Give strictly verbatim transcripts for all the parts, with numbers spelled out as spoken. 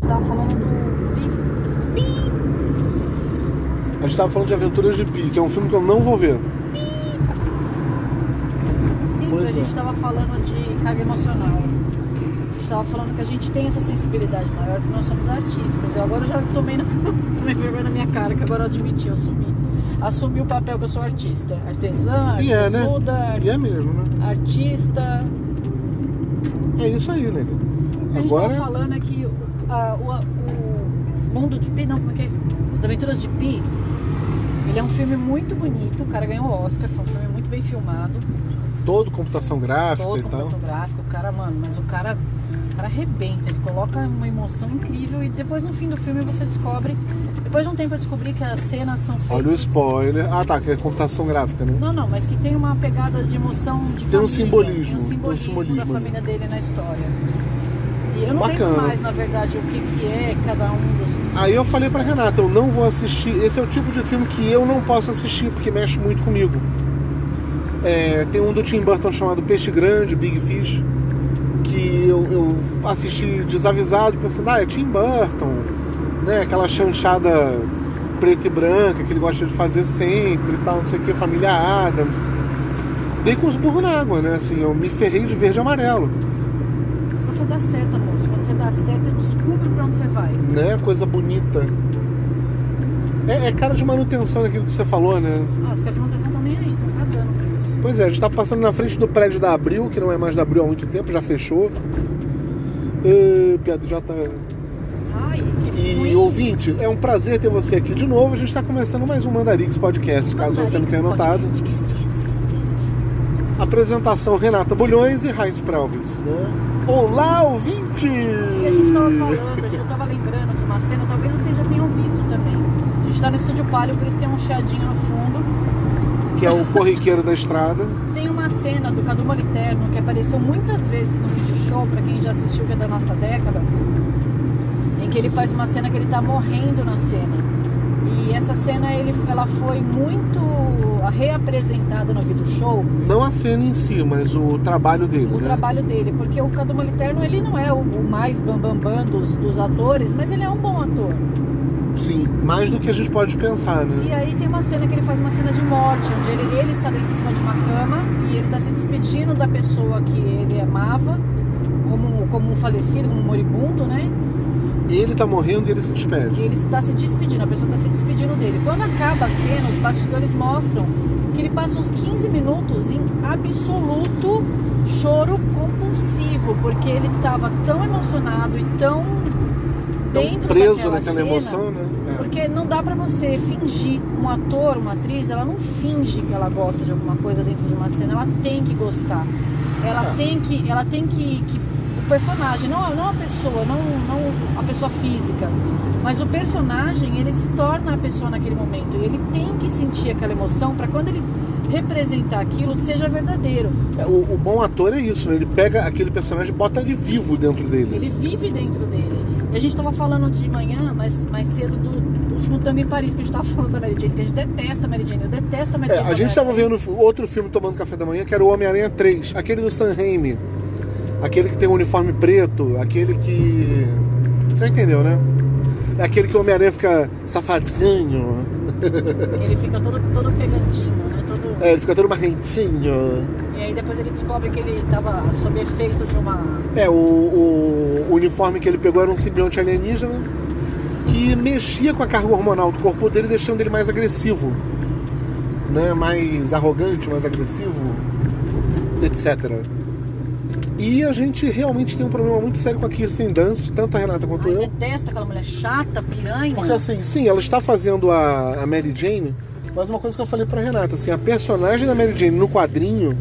Tava falando do Pi. Pi. A gente tava falando de Aventuras de Pi, que é um filme que eu não vou ver. Pi. Sim, Pois a gente é. tava falando de carga emocional. A gente tava falando que a gente tem essa sensibilidade maior, que nós somos artistas. Eu agora já tomei, na... tomei vergonha na minha cara, que agora eu admiti, eu assumi. Assumi o papel que eu sou artista. Artesã, E é, né? artesuda, E é mesmo, né? artista. É isso aí, né? A gente Agora, tava falando é que a, o, o Mundo de Pi, não, como é que é? As Aventuras de Pi, ele é um filme muito bonito, o cara ganhou o Oscar, foi um filme muito bem filmado, todo computação gráfica todo e tal. computação gráfica, o cara, mano, mas o cara, o cara arrebenta, ele coloca uma emoção incrível e depois no fim do filme você descobre, depois de um tempo eu descobri que as cenas são feitas... Olha o spoiler. Ah, tá, que é computação gráfica, né? Não, não, mas que tem uma pegada de emoção de Tem um família, simbolismo, tem um simbolismo, tem um simbolismo da ali. família dele na história. E eu não Bacana. lembro mais, na verdade, o que, que é cada um dos... Aí eu falei pra Renata, eu não vou assistir. Esse é o tipo de filme que eu não posso assistir, porque mexe muito comigo. É, tem um do Tim Burton chamado Peixe Grande, Big Fish, que eu, eu assisti desavisado, pensando, ah, é Tim Burton, né? Aquela chanchada preta e branca que ele gosta de fazer sempre e tal, não sei o que, Família Addams. Dei com os burros na água, né? Assim, eu me ferrei de verde e amarelo. Só você dá seta, moço. Quando você dá seta, descubra pra onde você vai. Né? Coisa bonita. É, é cara de manutenção daquilo que você falou, né? Ah, os caras de manutenção estão nem aí, estão cagando pra isso. Pois é, a gente tá passando na frente do prédio da Abril, que não é mais da Abril há muito tempo, já fechou. Uh, piada já tá... Ai, que E ruim. ouvinte, é um prazer ter você aqui de novo. A gente tá começando mais um Mandarix Podcast, caso você não tenha notado. Podcast, podcast, podcast, podcast. Apresentação Renata Bulhões e Heinz Prelvitz, né? Olá, ouvinte! E a gente tava falando, a gente- eu tava lembrando de uma cena, talvez vocês já tenham visto também. A gente tá no Estúdio Palio, por isso tem um chiadinho no fundo. Que é o corriqueiro da estrada. Tem uma cena do Cadu Moliterno que apareceu muitas vezes no vídeo show, pra quem já assistiu, que é da nossa década, em que ele faz uma cena que ele tá morrendo na cena. E essa cena ele, ela foi muito reapresentada no vídeo show, Não a cena em si, mas o trabalho dele, o né? trabalho dele, porque o Cadu Moliterno ele não é o, o mais bambambam bam, bam dos, dos atores, mas ele é um bom ator. Sim, mais do que a gente pode pensar, E né? aí tem uma cena que ele faz uma cena de morte, onde ele, ele está em cima de uma cama e ele está se despedindo da pessoa que ele amava, como, como um falecido, como um moribundo, né? Ele tá morrendo e ele se despede. E ele está se despedindo, a pessoa está se despedindo dele. Quando acaba a cena, os bastidores mostram que ele passa uns quinze minutos em absoluto choro compulsivo, porque ele estava tão emocionado e tão Tão dentro preso daquela naquela cena, emoção, né? É. porque não dá pra você fingir. Um ator, uma atriz, ela não finge que ela gosta de alguma coisa dentro de uma cena, ela tem que gostar. Ela É. tem que, ela tem que, que o personagem, não, não a pessoa, não, não a pessoa física, mas o personagem, ele se torna a pessoa naquele momento. E ele tem que sentir aquela emoção pra quando ele representar aquilo seja verdadeiro. É, o, o bom ator é isso, né? Ele pega aquele personagem e bota ele vivo dentro dele. Ele vive dentro dele. E a gente tava falando de manhã, mas mais cedo, do, do último Thumb em Paris, que a gente tava falando da Mary Jane, que a gente detesta a Mary Jane. Eu detesto a Mary É, Jane. a gente tava tava vendo outro filme tomando café da manhã, que era o Homem-Aranha três. Aquele do Sam Raimi. Aquele que tem o uniforme preto. Aquele que... Você já entendeu, né? É aquele que o Homem-Aranha fica safadinho. Ele fica todo, todo pegandinho, né? Todo... É, ele fica todo marrentinho. E aí depois ele descobre que ele tava sob efeito de uma... É, o, o, o uniforme que ele pegou era um simbionte alienígena que mexia com a carga hormonal do corpo dele, deixando ele mais agressivo, né? Mais arrogante, mais agressivo, etcétera. E a gente realmente tem um problema muito sério com a Kirsten Dunst, tanto a Renata quanto Ai, eu. detesto aquela mulher chata, piranha. Porque assim, sim, ela está fazendo a, a Mary Jane, mas uma coisa que eu falei pra Renata, assim, a personagem da Mary Jane no quadrinho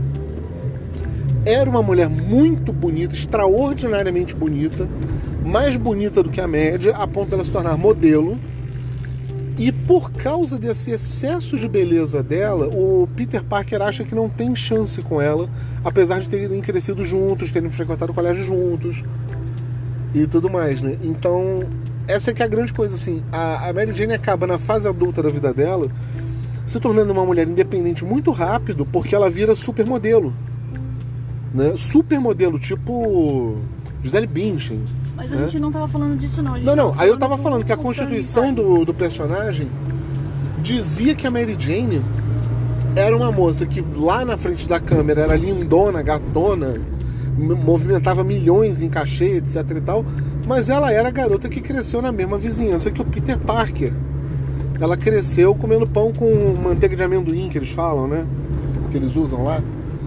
era uma mulher muito bonita, extraordinariamente bonita, mais bonita do que a média, a ponto de ela se tornar modelo. E por causa desse excesso de beleza dela, o Peter Parker acha que não tem chance com ela, apesar de terem crescido juntos, terem frequentado o colégio juntos e tudo mais, né? Então, essa é que é a grande coisa, assim. A, a Mary Jane acaba na fase adulta da vida dela se tornando uma mulher independente muito rápido, porque ela vira supermodelo, né? Supermodelo, tipo Gisele Bündchen, Mas a né? gente não tava falando disso, não. A gente Não, não. tava Aí eu tava do falando que a último constituição Tango em do, Paris. do personagem dizia que a Mary Jane era uma moça que lá na frente da câmera era lindona, gatona, m- movimentava milhões em cachê, etc e tal, mas ela era a garota que cresceu na mesma vizinhança que o Peter Parker. Ela cresceu comendo pão com manteiga de amendoim, que eles falam, né? Que eles usam lá.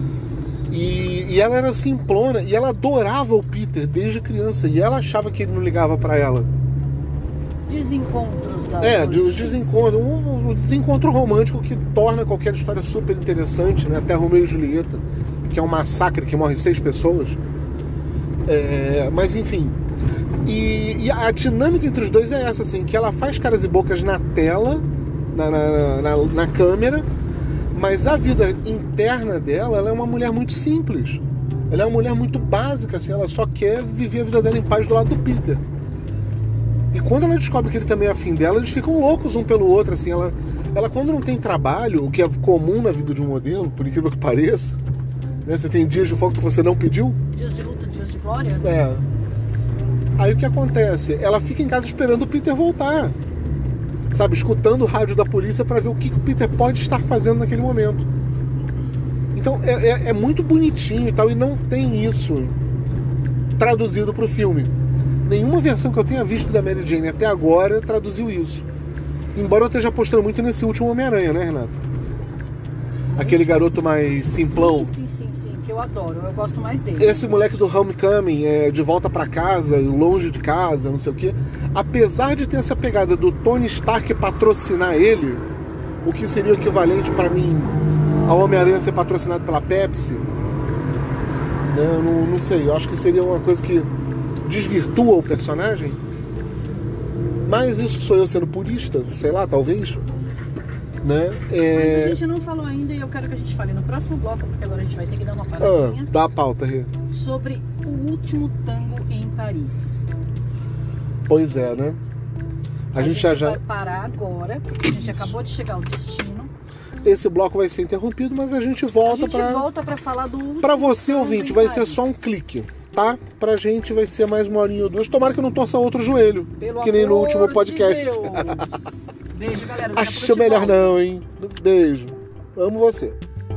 E, e ela era simplona, e ela adorava o Peter desde criança, e ela achava que ele não ligava pra ela. Desencontros da É, de- o adolescência. desencontro, um, um desencontro romântico que torna qualquer história super interessante, né? Até Romeu e Julieta, que é um massacre que morre seis pessoas. É, mas enfim. E, e a dinâmica entre os dois é essa, assim, que ela faz caras e bocas na tela, na, na, na, na câmera, mas a vida interna dela, ela é uma mulher muito simples. Ela é uma mulher muito básica, assim, ela só quer viver a vida dela em paz do lado do Peter. E quando ela descobre que ele também é afim dela, eles ficam loucos um pelo outro, assim, ela, ela quando não tem trabalho, o que é comum na vida de um modelo, por incrível que pareça, né? Você tem dias de folga que você não pediu, Dias de luta, dias de glória. é. Aí o que acontece? Ela fica em casa esperando o Peter voltar, sabe, escutando o rádio da polícia para ver o que o Peter pode estar fazendo naquele momento. Então é, é, é muito bonitinho e tal, e não tem isso traduzido pro filme. Nenhuma versão que eu tenha visto da Mary Jane até agora traduziu isso. Embora eu esteja apostando muito nesse último Homem-Aranha, né, Renato? Aquele garoto mais simplão. Sim, sim, sim, sim, que eu adoro. Eu gosto mais dele. Esse moleque do Homecoming, é, de volta pra casa, longe de casa, não sei o quê. Apesar de ter essa pegada do Tony Stark patrocinar ele, o que seria o equivalente pra mim ao Homem-Aranha ser patrocinado pela Pepsi, né? Eu não, não sei, eu acho que seria uma coisa que desvirtua o personagem. Mas isso sou eu sendo purista, sei lá, talvez, né? É... Mas a gente não falou ainda e eu quero que a gente fale no próximo bloco, porque agora a gente vai ter que dar uma Ah, paradinha, dá a pauta, Rê. sobre o último tango em Paris. Pois é, né? A, gente, já já... vai parar agora, porque a gente acabou de chegar ao destino. Esse bloco vai ser interrompido, mas a gente volta A gente pra... volta pra falar do último Pra você, tango ouvinte, em vai Paris. ser só um clique, tá? Pra gente vai ser mais uma horinha ou duas. Tomara que eu não torça outro joelho, Pelo que nem no amor último de podcast. Deus. Beijo, galera. Daqui a pouco Acho eu te melhor volto. não, hein? Beijo. Amo você.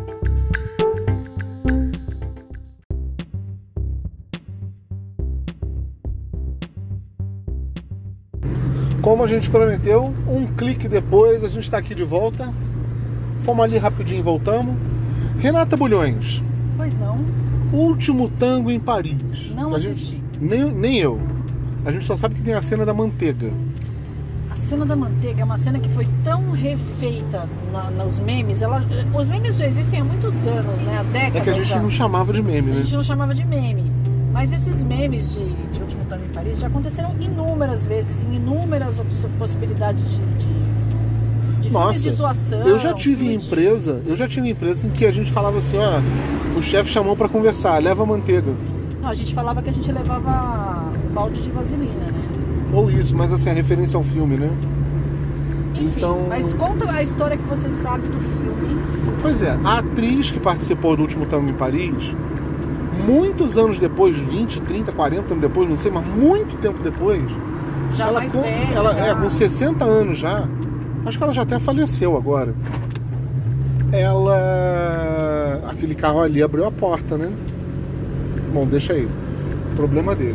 Como a gente prometeu, um clique depois, a gente tá aqui de volta. Fomos ali rapidinho e voltamos. Renata Bulhões, Pois não, Último Tango em Paris. não A gente- assisti. nem, nem eu. A gente só sabe que tem a cena da manteiga. A cena da manteiga é uma cena que foi tão refeita na, nos memes. Ela, os memes já existem há muitos anos, né? Há décadas. É que a gente já. não chamava de meme, A né? gente não chamava de meme. Mas esses memes de, de Último Tango em Paris já aconteceram inúmeras vezes, em inúmeras opso- possibilidades de, de, de filmes Nossa, de zoação. eu já tive filme de- empresa, eu já tive empresa em que a gente falava assim, ó, o chefe chamou pra conversar, leva manteiga. Não, a gente falava que a gente levava balde de vaselina, né? Ou isso, mas assim, a referência ao filme, né? Enfim, Então- mas conta a história que você sabe do filme. Pois é, a atriz que participou do Último Tango em Paris, muitos anos depois, vinte, trinta, quarenta anos depois, não sei, mas muito tempo depois, Já ela, mais com, velha. ela já... é com sessenta anos já, acho que ela já até faleceu agora. Ela... Aquele carro ali abriu a porta, né? Bom, deixa aí. Problema dele.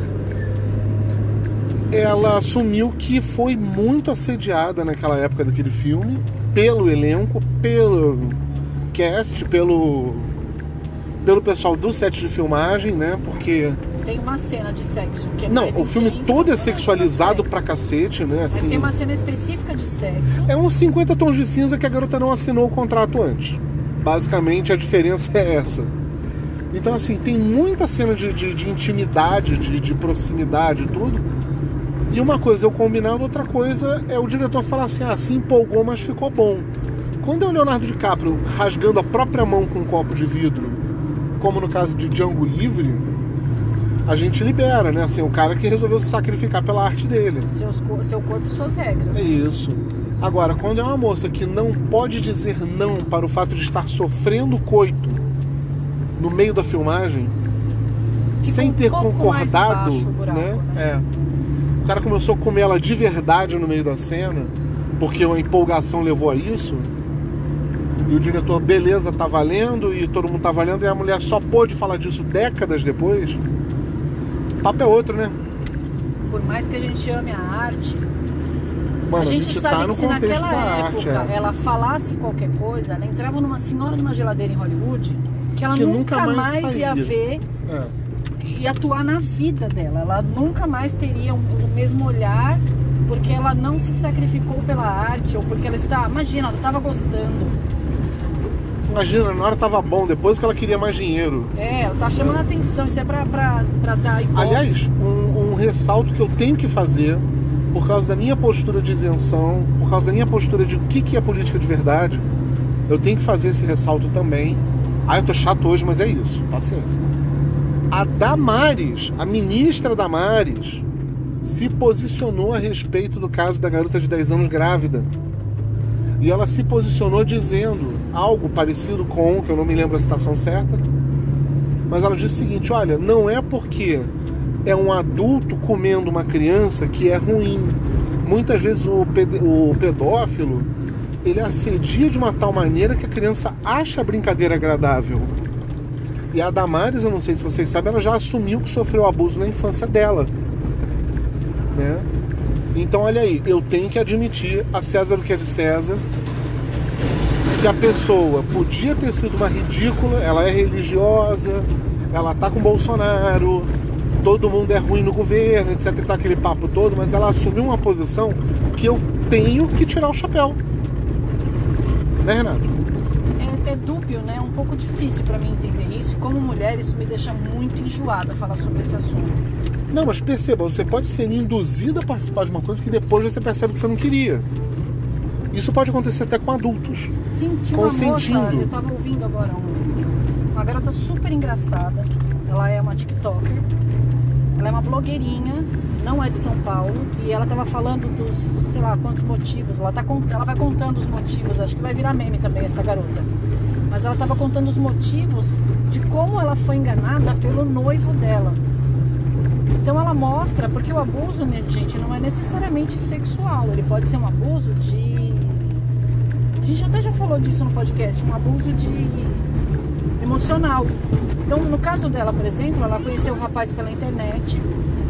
Ela assumiu que foi muito assediada naquela época daquele filme, pelo elenco, pelo cast, pelo, pelo pessoal do set de filmagem, né? Porque... Tem uma cena de sexo que é Não, mais o filme intensa, todo é toda sexualizado cena pra de sexo. cacete, né? Mas Assim, tem uma cena específica de sexo. é uns cinquenta tons de cinza que a garota não assinou o contrato antes. Basicamente, a diferença é essa. Então, assim, tem muita cena de, de, de intimidade, de, de proximidade e tudo. E uma coisa é o combinado, outra coisa é o diretor falar assim, ah, se empolgou, mas ficou bom. Quando é o Leonardo DiCaprio rasgando a própria mão com um copo de vidro, como no caso de Django Livre, a gente libera, né? Assim, o cara que resolveu se sacrificar pela arte dele. Seus, cor- seu corpo e suas regras. É isso. Agora, quando é uma moça que não pode dizer não para o fato de estar sofrendo coito no meio da filmagem, Ficou sem um ter pouco concordado, mais embaixo o buraco, né? né? É. O cara começou a comer ela de verdade no meio da cena, porque a empolgação levou a isso. E o diretor, beleza, tá valendo, e todo mundo tá valendo, e a mulher só pôde falar disso décadas depois. O papo é outro, né? Por mais que a gente ame a arte, Mano, a gente, a gente sabe tá que no se contexto naquela da época arte, é. ela falasse qualquer coisa, ela entrava numa senhora numa geladeira em Hollywood, que ela Que nunca, nunca mais mais ia saía. ver É. e atuar na vida dela. Ela nunca mais teria o mesmo olhar, porque ela não se sacrificou pela arte, ou porque ela está... Imagina, ela estava gostando. Imagina, na hora tava bom, depois que ela queria mais dinheiro. É, ela tá chamando a atenção, isso é pra, pra, pra dar igual. Aliás, um, um ressalto que eu tenho que fazer, por causa da minha postura de isenção, por causa da minha postura de o que, que é política de verdade, eu tenho que fazer esse ressalto também. Ah, eu tô chato hoje, mas é isso, paciência. A Damares, a ministra Damares, se posicionou a respeito do caso da garota de dez anos grávida. E ela se posicionou dizendo algo parecido com, que eu não me lembro a citação certa, mas ela disse o seguinte: olha, não é porque é um adulto comendo uma criança que é ruim. Muitas vezes o, ped- o pedófilo, ele assedia de uma tal maneira que a criança acha a brincadeira agradável. E a Damares, eu não sei se vocês sabem, ela já assumiu que sofreu abuso na infância dela, né? Então, olha aí, eu tenho que admitir a César o que é de César, que a pessoa podia ter sido uma ridícula, ela é religiosa, ela tá com Bolsonaro, todo mundo é ruim no governo, etc, e tá aquele papo todo, mas ela assumiu uma posição que eu tenho que tirar o chapéu. Né, Renato? É, é dúbio, né? É um pouco difícil pra mim entender isso. Como mulher, isso me deixa muito enjoada falar sobre esse assunto. Não, mas perceba, você pode ser induzida a participar de uma coisa que depois você percebe que você não queria. Isso pode acontecer até com adultos. Sim, tinha uma moça, Consentindo. eu tava ouvindo agora um, uma garota super engraçada. Ela é uma TikToker, ela é uma blogueirinha, não é de São Paulo, e ela tava falando dos, sei lá, quantos motivos. Ela, tá, ela vai contando os motivos, acho que vai virar meme também essa garota. Mas ela tava contando os motivos de como ela foi enganada pelo noivo dela. Então ela mostra, porque o abuso, né, gente, não é necessariamente sexual, ele pode ser um abuso de... A gente até já falou disso no podcast, um abuso de emocional. Então, no caso dela, por exemplo, ela conheceu o rapaz pela internet,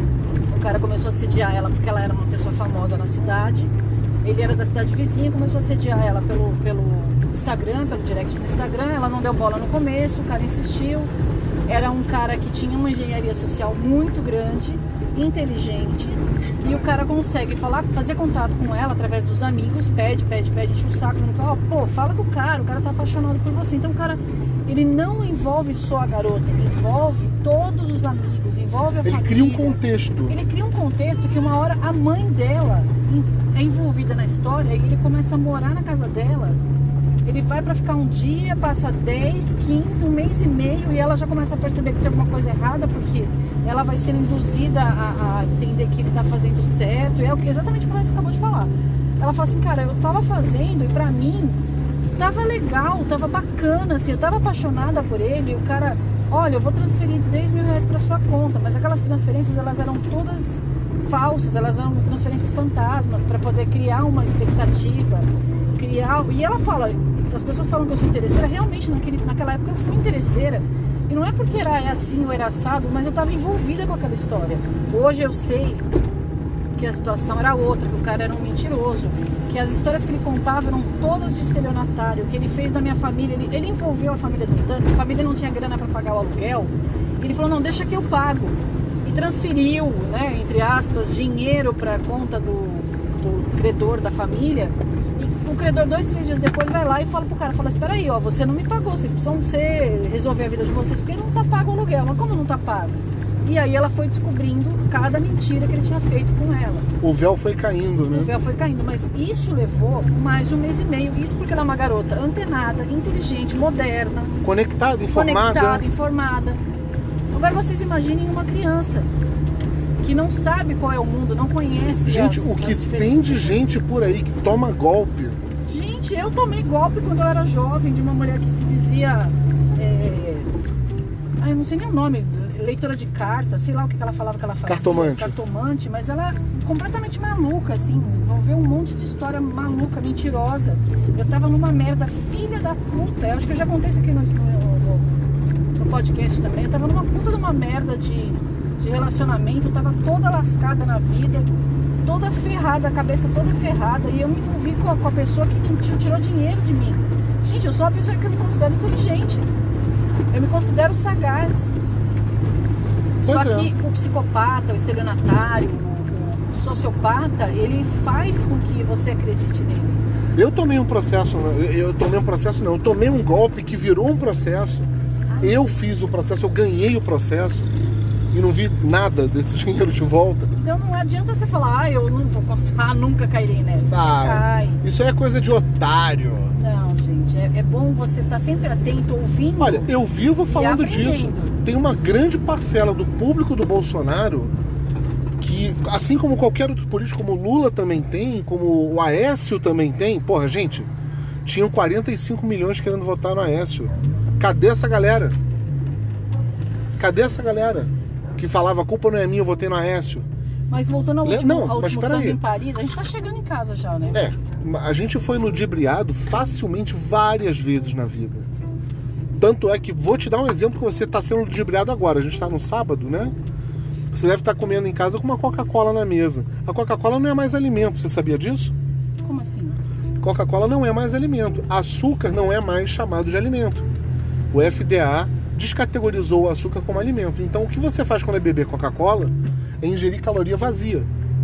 o cara começou a assediar ela porque ela era uma pessoa famosa na cidade, ele era da cidade vizinha, começou a assediar ela pelo, pelo Instagram, pelo direct do Instagram, ela não deu bola no começo, o cara insistiu. Era um cara que tinha uma engenharia social muito grande, inteligente, e o cara consegue falar, fazer contato com ela através dos amigos, pede, pede, pede, enche o saco, dizendo, ó, pô, fala com o cara, o cara tá apaixonado por você. Então o cara, ele não envolve só a garota, ele envolve todos os amigos, envolve a Ele família. cria um contexto. Ele cria um contexto que uma hora a mãe dela é envolvida na história e ele começa a morar na casa dela. Ele vai pra ficar um dia, passa dez, quinze, um mês e meio e ela já começa a perceber que tem alguma coisa errada, porque ela vai sendo induzida a, a entender que ele tá fazendo certo. É exatamente o que você acabou de falar. Ela fala assim, cara, eu tava fazendo e pra mim tava legal, tava bacana, assim, eu tava apaixonada por ele. E o cara, olha, eu vou transferir dez mil reais pra sua conta, mas aquelas transferências, elas eram todas falsas, elas eram transferências fantasmas pra poder criar uma expectativa, criar... E ela fala... As pessoas falam que eu sou interesseira, realmente naquele, naquela época eu fui interesseira. E não é porque era assim ou era assado, mas eu estava envolvida com aquela história. Hoje eu sei que a situação era outra, que o cara era um mentiroso, que as histórias que ele contava eram todas de estelionatário, que ele fez na minha família, ele, ele envolveu a família do tanto, a família não tinha grana para pagar o aluguel, e ele falou, não, deixa que eu pago. E transferiu, né, entre aspas, dinheiro para a conta do, do credor da família. O credor, dois, três dias depois, vai lá e fala pro cara, fala, espera aí, ó, você não me pagou, vocês precisam ser, resolver a vida de vocês, porque não tá pago o aluguel. Mas como não tá pago? E aí ela foi descobrindo cada mentira que ele tinha feito com ela. O véu foi caindo, né? O véu foi caindo, mas isso levou mais de um mês e meio. Isso porque ela é uma garota antenada, inteligente, moderna. Conectada, informada. Conectada, informada. Agora vocês imaginem uma criança que não sabe qual é o mundo, não conhece. Gente, as, o que as tem de gente por aí que toma golpe. Gente, eu tomei golpe quando eu era jovem de uma mulher que se dizia... É... Ah, eu não sei nem o nome. leitora de cartas, sei lá o que ela falava que ela fazia. Cartomante. Cartomante, mas ela é completamente maluca, assim, envolveu um monte de história maluca, mentirosa. Eu tava numa merda, filha da puta. Eu acho que eu já contei isso aqui no, no, no podcast também. Eu tava numa puta de uma merda de, de relacionamento, eu tava toda lascada na vida, toda ferrada, a cabeça toda ferrada, e eu me envolvi com a, com a pessoa que mentiu, tirou dinheiro de mim. Gente, eu sou uma pessoa que eu me considero inteligente. Eu me considero sagaz. Pois Só é. que o psicopata, o estelionatário, o, o sociopata, ele faz com que você acredite nele. Eu tomei um processo, eu tomei um processo não, eu tomei um golpe que virou um processo. Ah, Eu fiz o processo, eu ganhei o processo e não vi nada desse dinheiro de volta. Então não adianta você falar, ah, eu não vou conseguir, ah, nunca cairei nessa. Ah, você cai. isso é coisa de otário. Não, gente, é, é bom você estar sempre atento, ouvindo. Olha, eu vivo falando aprendendo. disso. Tem uma grande parcela do público do Bolsonaro que, assim como qualquer outro político, como o Lula também tem, como o Aécio também tem, porra, gente, tinham quarenta e cinco milhões querendo votar no Aécio. Cadê essa galera? Cadê essa galera? Que falava, a culpa não é minha, eu votei no Aécio. Mas voltando ao Le- último, não, ao mas último peraí. tango em Paris, a gente tá chegando em casa já, né? É, a gente foi ludibriado facilmente várias vezes na vida. Tanto é que, vou te dar um exemplo que você está sendo ludibriado agora. A gente está no sábado, né? Você deve estar comendo em casa com uma Coca-Cola na mesa. A Coca-Cola não é mais alimento, você sabia disso? Como assim? Coca-Cola não é mais alimento. Açúcar não é mais chamado de alimento. O F D A descategorizou o açúcar como alimento. Então, o que você faz quando é beber Coca-Cola é ingerir caloria vazia.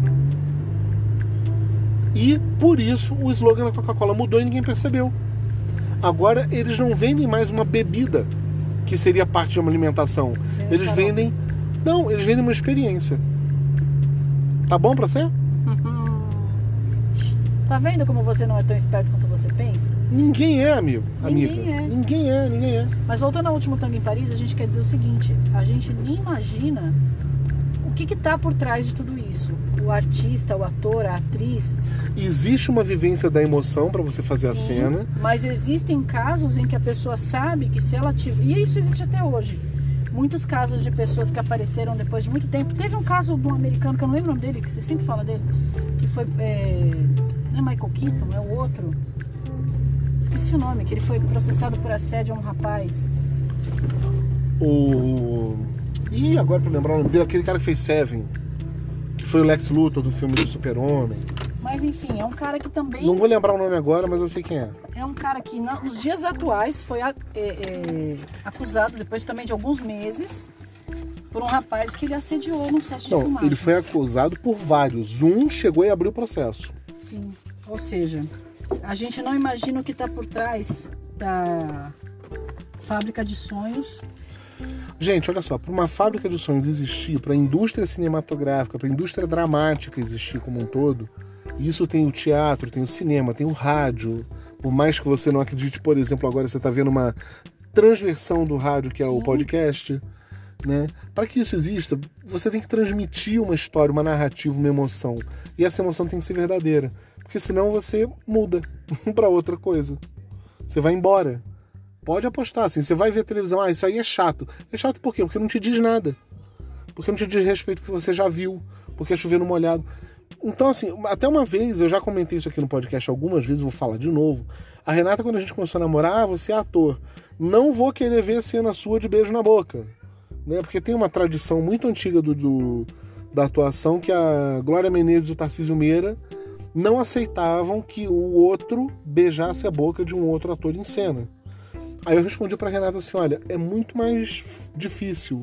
E, por isso, o slogan da Coca-Cola mudou e ninguém percebeu. Agora, eles não vendem mais uma bebida, que seria parte de uma alimentação. Sim, Eles tá bom. vendem... Não, eles vendem uma experiência. Tá bom pra você? Tá vendo como você não é tão esperto quanto você pensa? Ninguém é, amigo. Ninguém amiga. é. Ninguém é, ninguém é. Mas voltando ao último tango em Paris, a gente quer dizer o seguinte: a gente nem imagina o que que tá por trás de tudo isso. O artista, o ator, a atriz. Existe uma vivência da emoção pra você fazer a Sim, cena. Mas existem casos em que a pessoa sabe que se ela tiver... E isso existe até hoje. Muitos casos de pessoas que apareceram depois de muito tempo. Teve um caso de um americano, que eu não lembro o nome dele, que você sempre fala dele, que foi... É... Não é Michael Keaton, é o outro. Esqueci o nome, que ele foi processado por assédio a um rapaz. O... Ih, agora pra lembrar o nome dele, aquele cara que fez Seven, que foi o Lex Luthor do filme do Super-Homem. Mas enfim, é um cara que também... Não vou lembrar o nome agora, mas eu sei quem é. É um cara que na- nos dias atuais foi a- é, é, acusado, depois também de alguns meses, por um rapaz que ele assediou num set de Não, filmagem. ele foi acusado por vários. Um chegou e abriu o processo. Sim, ou seja, a gente não imagina o que está por trás da fábrica de sonhos. Gente, olha só, para uma fábrica de sonhos existir, para a indústria cinematográfica, para a indústria dramática existir como um todo, isso tem o teatro, tem o cinema, tem o rádio. Por mais que você não acredite, por exemplo, agora você está vendo uma transversão do rádio, que é o Sim. podcast, né? Para que isso exista, você tem que transmitir uma história, uma narrativa, uma emoção. E essa emoção tem que ser verdadeira. Porque senão você muda para outra coisa. Você vai embora. Pode apostar, assim, você vai ver a televisão, ah, isso aí é chato. É chato por quê? Porque não te diz nada. Porque não te diz respeito que você já viu. Porque é chover no molhado. Então, assim, até uma vez, eu já comentei isso aqui no podcast algumas vezes, vou falar de novo. A Renata, quando a gente começou a namorar, ah, você é ator. Não vou querer ver cena sua de beijo na boca. Né? Porque tem uma tradição muito antiga do, do, da atuação que a Glória Menezes e o Tarcísio Meira não aceitavam que o outro beijasse a boca de um outro ator em cena. Aí eu respondi pra Renata assim, olha, é muito mais difícil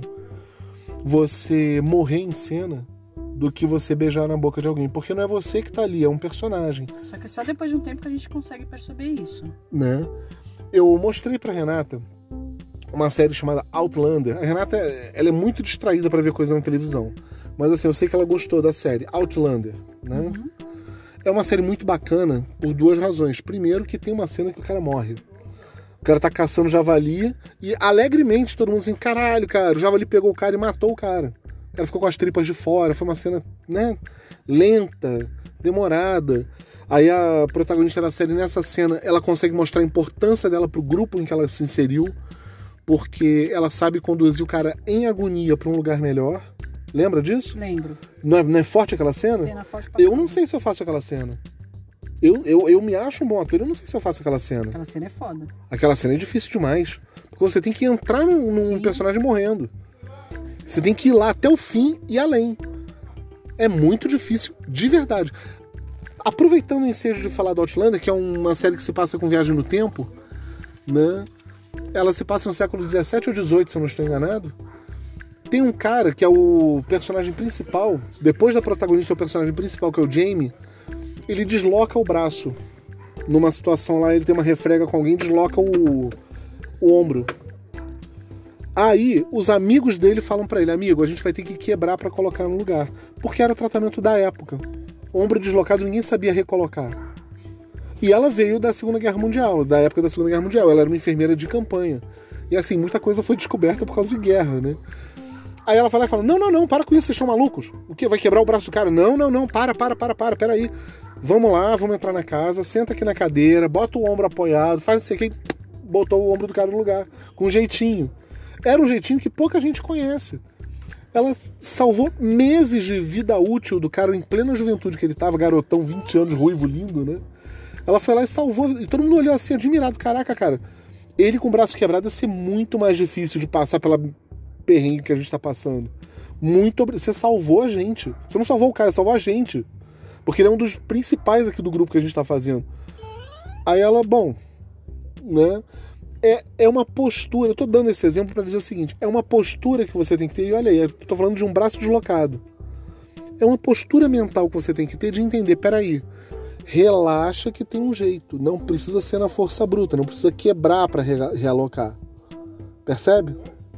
você morrer em cena do que você beijar na boca de alguém, porque não é você que tá ali, é um personagem, Só que só depois de um tempo que a gente consegue perceber isso. né? Eu mostrei pra Renata uma série chamada Outlander. A Renata, ela é muito distraída pra ver coisa na televisão, mas assim, eu sei que ela gostou da série Outlander, né? Uhum. É uma série muito bacana por duas razões. Primeiro, que tem uma cena que o cara morre. O cara tá caçando javali e alegremente todo mundo assim, caralho, cara, o javali pegou o cara e matou o cara. O cara ficou com as tripas de fora, foi uma cena, né, lenta, demorada. Aí a protagonista da série, nessa cena, ela consegue mostrar a importância dela pro grupo em que ela se inseriu, porque ela sabe conduzir o cara em agonia para um lugar melhor. Lembra disso? Lembro. Não é, não é forte aquela cena? Cena forte pra Eu caramba. não sei se eu faço aquela cena. Eu, eu, eu me acho um bom ator, eu não sei se eu faço aquela cena. Aquela cena é foda. Aquela cena é difícil demais. Porque você tem que entrar num, num Sim. personagem morrendo. Você tem que ir lá até o fim e além. É muito difícil, de verdade. Aproveitando o ensejo de falar do Outlander, que é uma série que se passa com viagem no tempo, né? Ela se passa no século dezessete ou dezoito, se eu não estou enganado. Tem um cara que é o personagem principal, depois da protagonista, é o personagem principal, que é o Jamie. Ele desloca o braço. Numa situação lá, ele tem uma refrega com alguém, desloca o, o ombro. Aí, os amigos dele falam pra ele: amigo, a gente vai ter que quebrar pra colocar no lugar. Porque era o tratamento da época. Ombro deslocado, ninguém sabia recolocar. E ela veio da Segunda Guerra Mundial, da época da Segunda Guerra Mundial. Ela era uma enfermeira de campanha. E assim, muita coisa foi descoberta por causa de guerra, né? Aí ela vai lá e fala: não, não, não, para com isso, vocês estão malucos? O quê? Vai quebrar o braço do cara? Não, não, não, para, para, para, para, peraí. Vamos lá, vamos entrar na casa, senta aqui na cadeira, bota o ombro apoiado, faz isso aqui, botou o ombro do cara no lugar, com um jeitinho. Era um jeitinho que pouca gente conhece. Ela salvou meses de vida útil do cara em plena juventude que ele tava, garotão, vinte anos, ruivo, lindo, né? Ela foi lá e salvou, e todo mundo olhou assim, admirado. Caraca, cara, ele com o braço quebrado ia ser muito mais difícil de passar pela perrengue que a gente tá passando. Muito obrigado. Você salvou a gente. Você não salvou o cara, salvou a gente. Porque ele é um dos principais aqui do grupo que a gente tá fazendo. Aí ela, bom, né? É, é uma postura, eu tô dando esse exemplo para dizer o seguinte: é uma postura que você tem que ter, e olha aí, eu tô falando de um braço deslocado. É uma postura mental que você tem que ter de entender, peraí, relaxa que tem um jeito, não precisa ser na força bruta, não precisa quebrar para realocar. Percebe?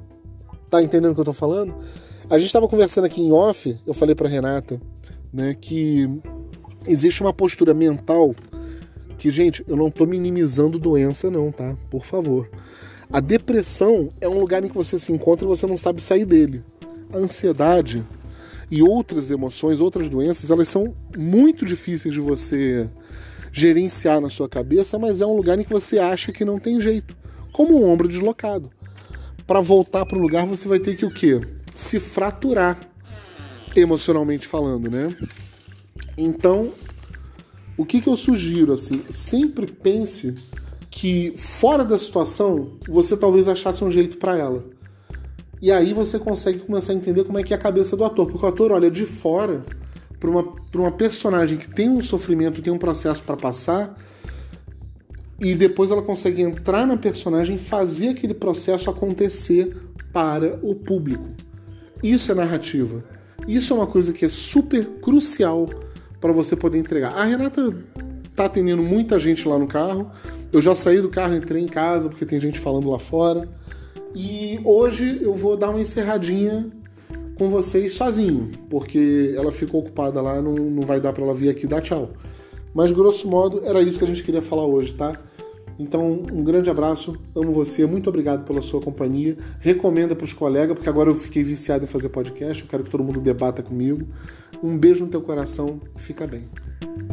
Tá entendendo o que eu tô falando? A gente tava conversando aqui em off, eu falei pra Renata, né, que existe uma postura mental que, gente, eu não tô minimizando doença não, tá? Por favor. A depressão é um lugar em que você se encontra e você não sabe sair dele. A ansiedade e outras emoções, outras doenças, elas são muito difíceis de você gerenciar na sua cabeça, mas é um lugar em que você acha que não tem jeito. Como um ombro deslocado. Para voltar para o lugar, você vai ter que o quê? Se fraturar, emocionalmente falando, né? Então, o que, que eu sugiro, assim, sempre pense que fora da situação, você talvez achasse um jeito para ela. E aí você consegue começar a entender como é que é a cabeça do ator. Porque o ator olha de fora para uma, para uma personagem que tem um sofrimento, tem um processo para passar, e depois ela consegue entrar na personagem e fazer aquele processo acontecer para o público. Isso é narrativa. Isso é uma coisa que é super crucial para você poder entregar. A Renata tá atendendo muita gente lá no carro. Eu já saí do carro, entrei em casa, porque tem gente falando lá fora. E hoje eu vou dar uma encerradinha com vocês sozinho, porque ela ficou ocupada lá, não, não vai dar para ela vir aqui dar tchau. Mas, grosso modo, era isso que a gente queria falar hoje, tá? Então, um grande abraço, amo você, muito obrigado pela sua companhia. Recomenda para os colegas, porque agora eu fiquei viciado em fazer podcast, eu quero que todo mundo debata comigo. Um beijo no teu coração, fica bem.